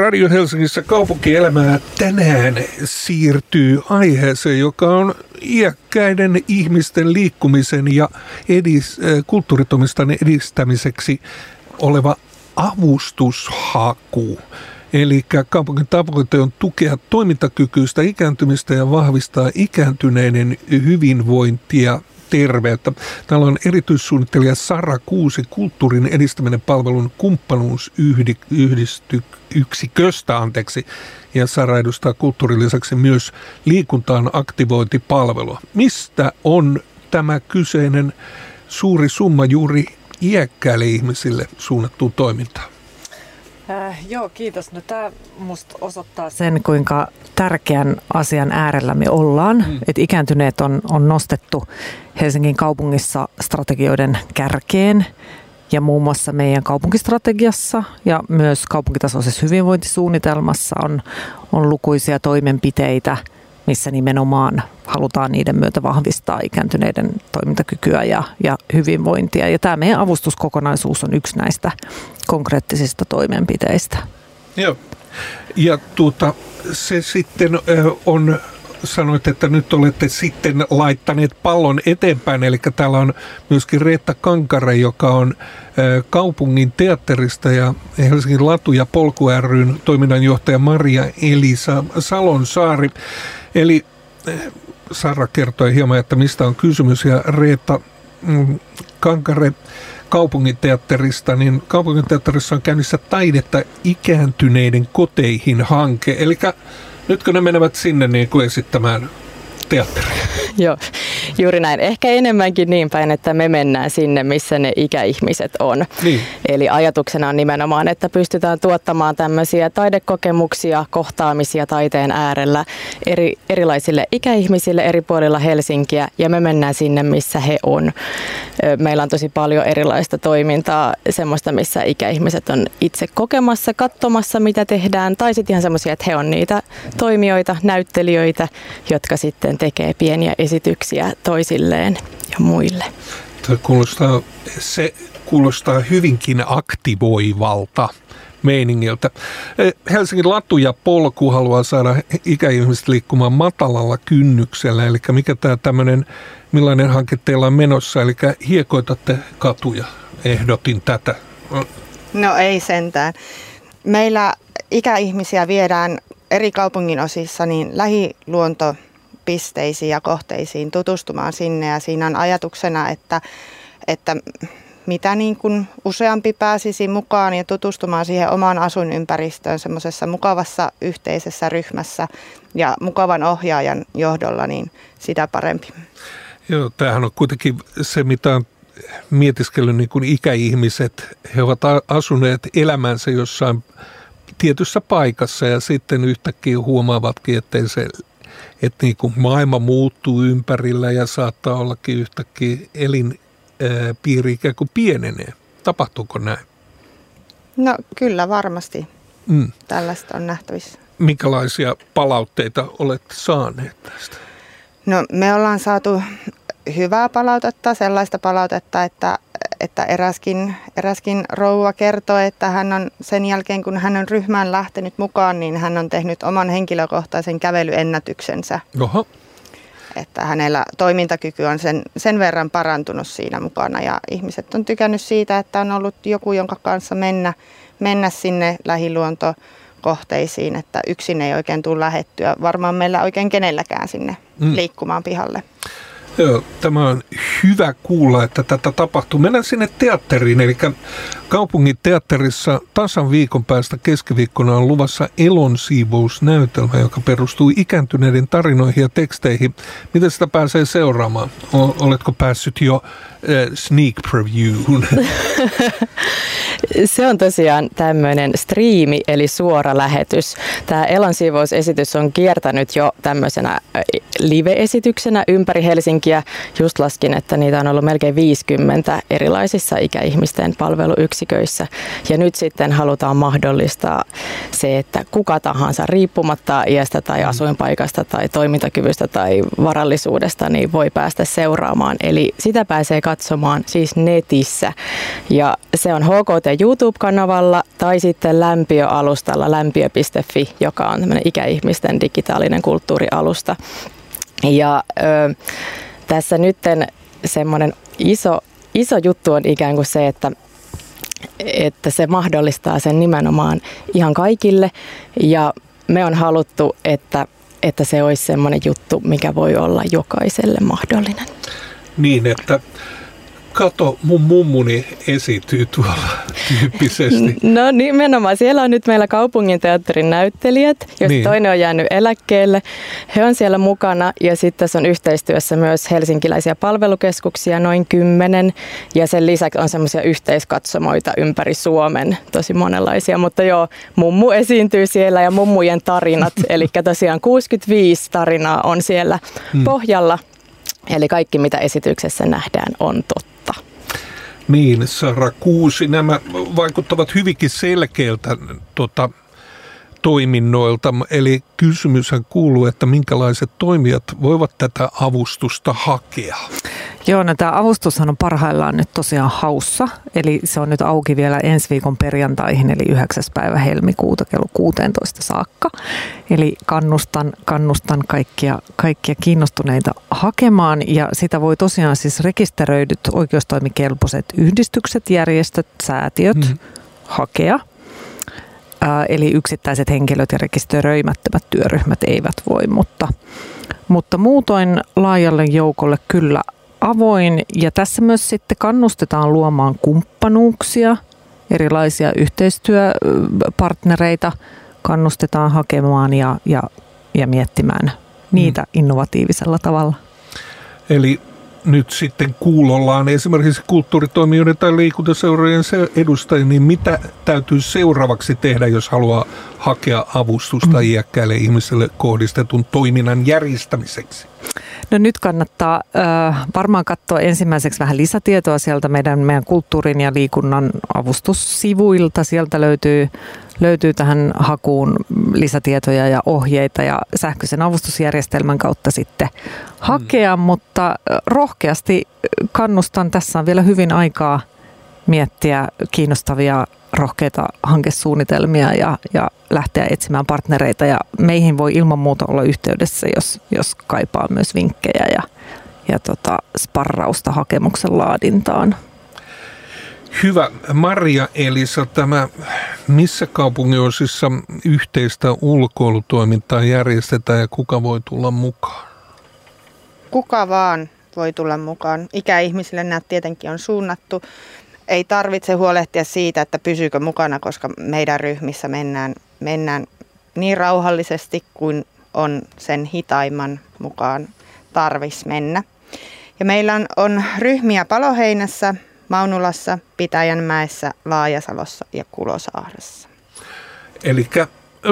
Radio Helsingissä kaupunkielämää tänään siirtyy aiheeseen, joka on iäkkäiden ihmisten liikkumisen ja kulttuuritoimiston edistämiseksi oleva avustushaku. Eli kaupungin tavoite on tukea toimintakykyistä ikääntymistä ja vahvistaa ikääntyneiden hyvinvointia, terveyttä. Täällä on erityissuunnittelija Sara Kuusi kulttuurin edistäminen palvelun kumppanuusyksiköstä, ja Sara edustaa kulttuurin lisäksi myös liikuntaan aktivointipalvelua. Mistä on tämä kyseinen suuri summa juuri iäkkäille ihmisille suunnattuun toimintaan? Joo, kiitos. No, tämä musta osoittaa sen, kuinka tärkeän asian äärellä me ollaan. Että ikääntyneet on nostettu Helsingin kaupungissa strategioiden kärkeen ja muun muassa meidän kaupunkistrategiassa ja myös kaupunkitasoisessa hyvinvointisuunnitelmassa on lukuisia toimenpiteitä, missä nimenomaan halutaan niiden myötä vahvistaa ikääntyneiden toimintakykyä ja hyvinvointia. Ja tämä meidän avustuskokonaisuus on yksi näistä konkreettisista toimenpiteistä. Joo. Ja se sitten on, sanoit, että nyt olette sitten laittaneet pallon eteenpäin, eli täällä on myöskin Reetta Kankare, joka on kaupungin teatterista ja Helsingin Latu ja Polku ry:n toiminnanjohtaja Maria-Elisa Salonsaari. Eli Sara kertoi hieman, että mistä on kysymys, ja Reetta Kankare kaupunginteatterista, niin kaupunginteatterissa on käynnissä Taidetta ikääntyneiden koteihin -hanke. Eli nytkö ne menevät sinne niin kuin esittämään teatteria? Joo, juuri näin. Ehkä enemmänkin niin päin, että me mennään sinne, missä ne ikäihmiset on. Niin. Eli ajatuksena on nimenomaan, että pystytään tuottamaan tämmöisiä taidekokemuksia, kohtaamisia taiteen äärellä erilaisille ikäihmisille eri puolilla Helsinkiä, ja me mennään sinne, missä he on. Meillä on tosi paljon erilaista toimintaa, semmoista, missä ikäihmiset on itse kokemassa, katsomassa, mitä tehdään, tai sitten ihan semmoisia, että he on niitä toimijoita, näyttelijöitä, jotka sitten tekee pieniä esityksiä toisilleen ja muille. Se kuulostaa hyvinkin aktivoivalta meiningiltä. Helsingin Latu ja Polku haluaa saada ikäihmiset liikkumaan matalalla kynnyksellä. Eli mikä tämä tämmöinen, millainen hanke teillä on menossa? Eli hiekoitatte katuja. Ehdotin tätä. No ei sentään. Meillä ikäihmisiä viedään eri kaupungin osissa niin lähiluontopisteisiin ja kohteisiin tutustumaan sinne, ja siinä on ajatuksena, että mitä niin kuin useampi pääsisi mukaan ja tutustumaan siihen omaan asuinympäristöön semmoisessa mukavassa yhteisessä ryhmässä ja mukavan ohjaajan johdolla, niin sitä parempi. Joo, tämähän on kuitenkin se, mitä on mietiskellyt niin kuin ikäihmiset. He ovat asuneet elämänsä jossain tietyssä paikassa ja sitten yhtäkkiä huomaavatkin, että niin kuin maailma muuttuu ympärillä ja saattaa ollakin yhtäkkiä elinpiiri ikään kuin pienenee. Tapahtuuko näin? No kyllä varmasti. Tällaista on nähtävissä. Minkälaisia palautteita olette saaneet tästä? No me ollaan saatu hyvää palautetta, sellaista palautetta, että eräskin rouva kertoo, että hän on sen jälkeen, kun hän on ryhmään lähtenyt mukaan, niin hän on tehnyt oman henkilökohtaisen kävelyennätyksensä. Oho. Että hänellä toimintakyky on sen verran parantunut siinä mukana, ja ihmiset on tykännyt siitä, että on ollut joku, jonka kanssa mennä sinne lähiluontokohteisiin, että yksin ei oikein tule lähettyä. Varmaan meillä oikein kenelläkään sinne liikkumaan pihalle. Joo, tämä on hyvä kuulla, että tätä tapahtuu. Mennään sinne teatteriin, eli kaupungin teatterissa tasan viikon päästä keskiviikkona on luvassa Elonsiivousnäytelmä, joka perustuu ikääntyneiden tarinoihin ja teksteihin. Miten sitä pääsee seuraamaan? Oletko päässyt jo sneak previewhun? Se on tosiaan tämmöinen striimi, eli suora lähetys. Tämä Elonsiivousesitys on kiertänyt jo tämmöisenä live-esityksenä ympäri Helsinkiä. Just laskin, että niitä on ollut melkein 50 erilaisissa ikäihmisten palveluyksiköissä. yksiköissä. Ja nyt sitten halutaan mahdollistaa se, että kuka tahansa riippumatta iästä tai asuinpaikasta tai toimintakyvystä tai varallisuudesta niin voi päästä seuraamaan. Eli sitä pääsee katsomaan siis netissä. Ja se on HKT YouTube-kanavalla tai sitten Lämpiö-alustalla lämpiö.fi, joka on tämmöinen ikäihmisten digitaalinen kulttuurialusta. Ja tässä nyt semmoinen iso juttu on ikään kuin se, että se mahdollistaa sen nimenomaan ihan kaikille. Ja me on haluttu, että se olisi semmoinen juttu, mikä voi olla jokaiselle mahdollinen. Niin, että kato, mun mummuni esiintyy tuolla tyyppisesti. No nimenomaan. Siellä on nyt meillä kaupunginteatterin näyttelijät, joista niin. Toinen on jäänyt eläkkeelle. He on siellä mukana ja sitten tässä on yhteistyössä myös helsinkiläisiä palvelukeskuksia, noin 10. Ja sen lisäksi on semmoisia yhteiskatsomoita ympäri Suomen, tosi monenlaisia. Mutta joo, mummu esiintyy siellä ja mummujen tarinat. Eli tosiaan 65 tarinaa on siellä pohjalla. Eli kaikki, mitä esityksessä nähdään, on totta. Niin, Sara Kuusi, nämä vaikuttavat hyvinkin selkeältä toiminnoilta. Eli kysymyshän kuuluu, että minkälaiset toimijat voivat tätä avustusta hakea? Joo, no tämä avustushan on parhaillaan nyt tosiaan haussa, eli se on nyt auki vielä ensi viikon perjantaihin, eli 9. päivä helmikuuta kello 16 saakka. Eli kannustan kaikkia kiinnostuneita hakemaan, ja sitä voi tosiaan siis rekisteröidyt oikeustoimikelpoiset yhdistykset, järjestöt, säätiöt hakea. Eli yksittäiset henkilöt ja rekisteröimättömät työryhmät eivät voi, mutta muutoin laajalle joukolle kyllä avoin. Ja tässä myös sitten kannustetaan luomaan kumppanuuksia, erilaisia yhteistyöpartnereita kannustetaan hakemaan ja miettimään niitä innovatiivisella tavalla. Eli nyt sitten kuulollaan esimerkiksi kulttuuritoimijoiden tai liikuntaseurojen edustajia, niin mitä täytyy seuraavaksi tehdä, jos haluaa hakea avustusta iäkkäille ihmisille kohdistetun toiminnan järjestämiseksi? No nyt kannattaa varmaan katsoa ensimmäiseksi vähän lisätietoa sieltä meidän kulttuurin ja liikunnan avustussivuilta. Sieltä löytyy tähän hakuun lisätietoja ja ohjeita ja sähköisen avustusjärjestelmän kautta sitten hakea, mutta rohkeasti kannustan. Tässä on vielä hyvin aikaa miettiä kiinnostavia, rohkeita hankesuunnitelmia ja lähteä etsimään partnereita. Ja meihin voi ilman muuta olla yhteydessä, jos kaipaa myös vinkkejä ja sparrausta hakemuksen laadintaan. Hyvä. Maria-Elisa, missä kaupunginosissa yhteistä ulkoilutoimintaa järjestetään ja kuka voi tulla mukaan? Kuka vaan voi tulla mukaan. Ikäihmisille nämä tietenkin on suunnattu. Ei tarvitse huolehtia siitä, että pysyykö mukana, koska meidän ryhmissä mennään niin rauhallisesti kuin on sen hitaimman mukaan tarvis mennä. Ja meillä on ryhmiä Paloheinässä, Maunulassa, Pitäjänmäessä, Laajasalossa ja Kulosaaressa. Elikkä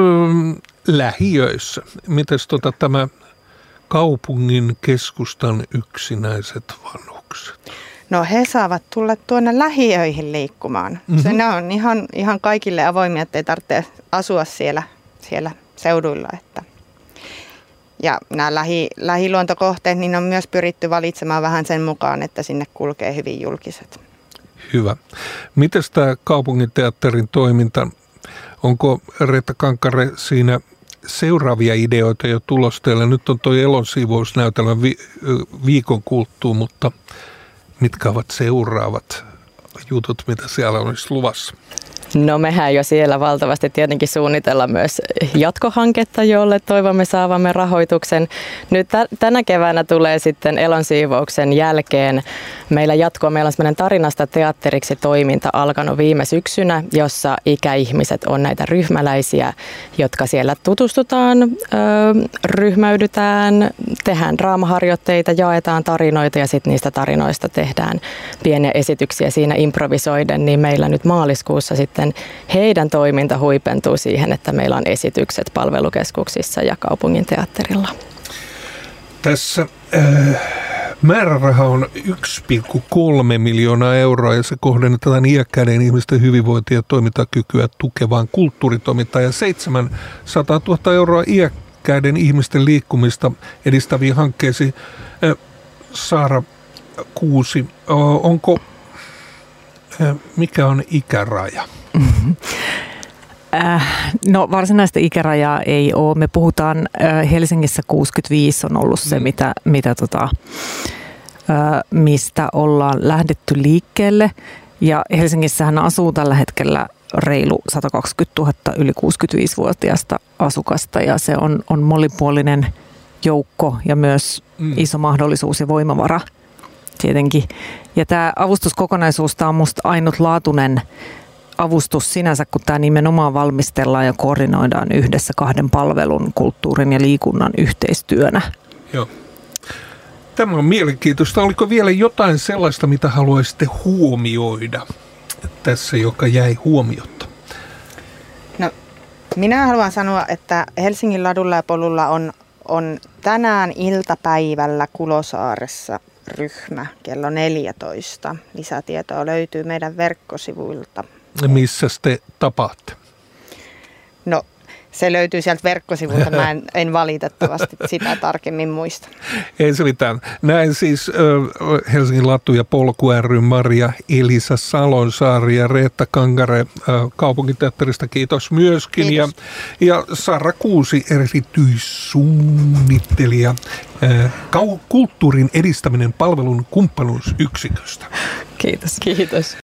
lähiöissä. Mites tämä kaupungin keskustan yksinäiset vanhukset? No he saavat tulla tuonne lähiöihin liikkumaan. Ne on ihan kaikille avoimia, ettei tarvitse asua siellä seuduilla. Ja nämä lähiluontokohteet niin on myös pyritty valitsemaan vähän sen mukaan, että sinne kulkee hyvin julkiset. Hyvä. Mites tämä kaupunginteatterin toiminta? Onko Reetta Kankare siinä seuraavia ideoita jo tulossa teille? Nyt on tuo elonsiivousnäytelmä viikon kuluttua, mutta mitkä ovat seuraavat jutut, mitä siellä olisi luvassa? No mehän jo siellä valtavasti tietenkin suunnitella myös jatkohanketta, jolle toivomme saavamme rahoituksen. Nyt tänä keväänä tulee sitten elonsiivouksen jälkeen meillä on sellainen tarinasta teatteriksi toiminta alkanut viime syksynä, jossa ikäihmiset on näitä ryhmäläisiä, jotka siellä tutustutaan, ryhmäydytään, tehdään draamaharjoitteita, jaetaan tarinoita ja sitten niistä tarinoista tehdään pieniä esityksiä siinä improvisoiden, niin meillä nyt maaliskuussa sitten heidän toiminta huipentuu siihen, että meillä on esitykset palvelukeskuksissa ja kaupunginteatterilla. Tässä Määräraha on 1,3 miljoonaa euroa ja se kohdennetaan iäkkäiden ihmisten hyvinvointia ja toimintakykyä tukevaan kulttuuritoimintaan ja 700 000 euroa iäkkäiden ihmisten liikkumista edistäviin hankkeisiin. Saara Kuusi, mikä on ikäraja? No varsinaista ikärajaa ei ole. Me puhutaan Helsingissä 65 on ollut se, mistä ollaan lähdetty liikkeelle. Ja Helsingissähän asuu tällä hetkellä reilu 120 000 yli 65-vuotiaista asukasta ja se on monipuolinen joukko ja myös iso mahdollisuus ja voimavara tietenkin. Ja tämä avustuskokonaisuus, tämä on musta ainutlaatuinen avustus sinänsä, kun tämä nimenomaan valmistellaan ja koordinoidaan yhdessä 2 palvelun, kulttuurin ja liikunnan yhteistyönä. Joo. Tämä on mielenkiintoista. Oliko vielä jotain sellaista, mitä haluaisitte huomioida tässä, joka jäi huomiotta? No, minä haluan sanoa, että Helsingin ladulla ja polulla on tänään iltapäivällä Kulosaaressa ryhmä kello 14. Lisätietoa löytyy meidän verkkosivuilta. Missä te tapaatte? No, se löytyy sieltä verkkosivuilta. Mä en valitettavasti sitä tarkemmin muista. Ei se mitään. Näin siis Helsingin Latu ja Polku ry Maria Elisa Salonsaari ja Reetta Kankare kaupunginteatterista. Kiitos myöskin. Kiitos. Ja Saara Kuusi, erityissuunnittelija kulttuurin edistäminen palvelun kumppanuusyksiköstä. Kiitos. Kiitos.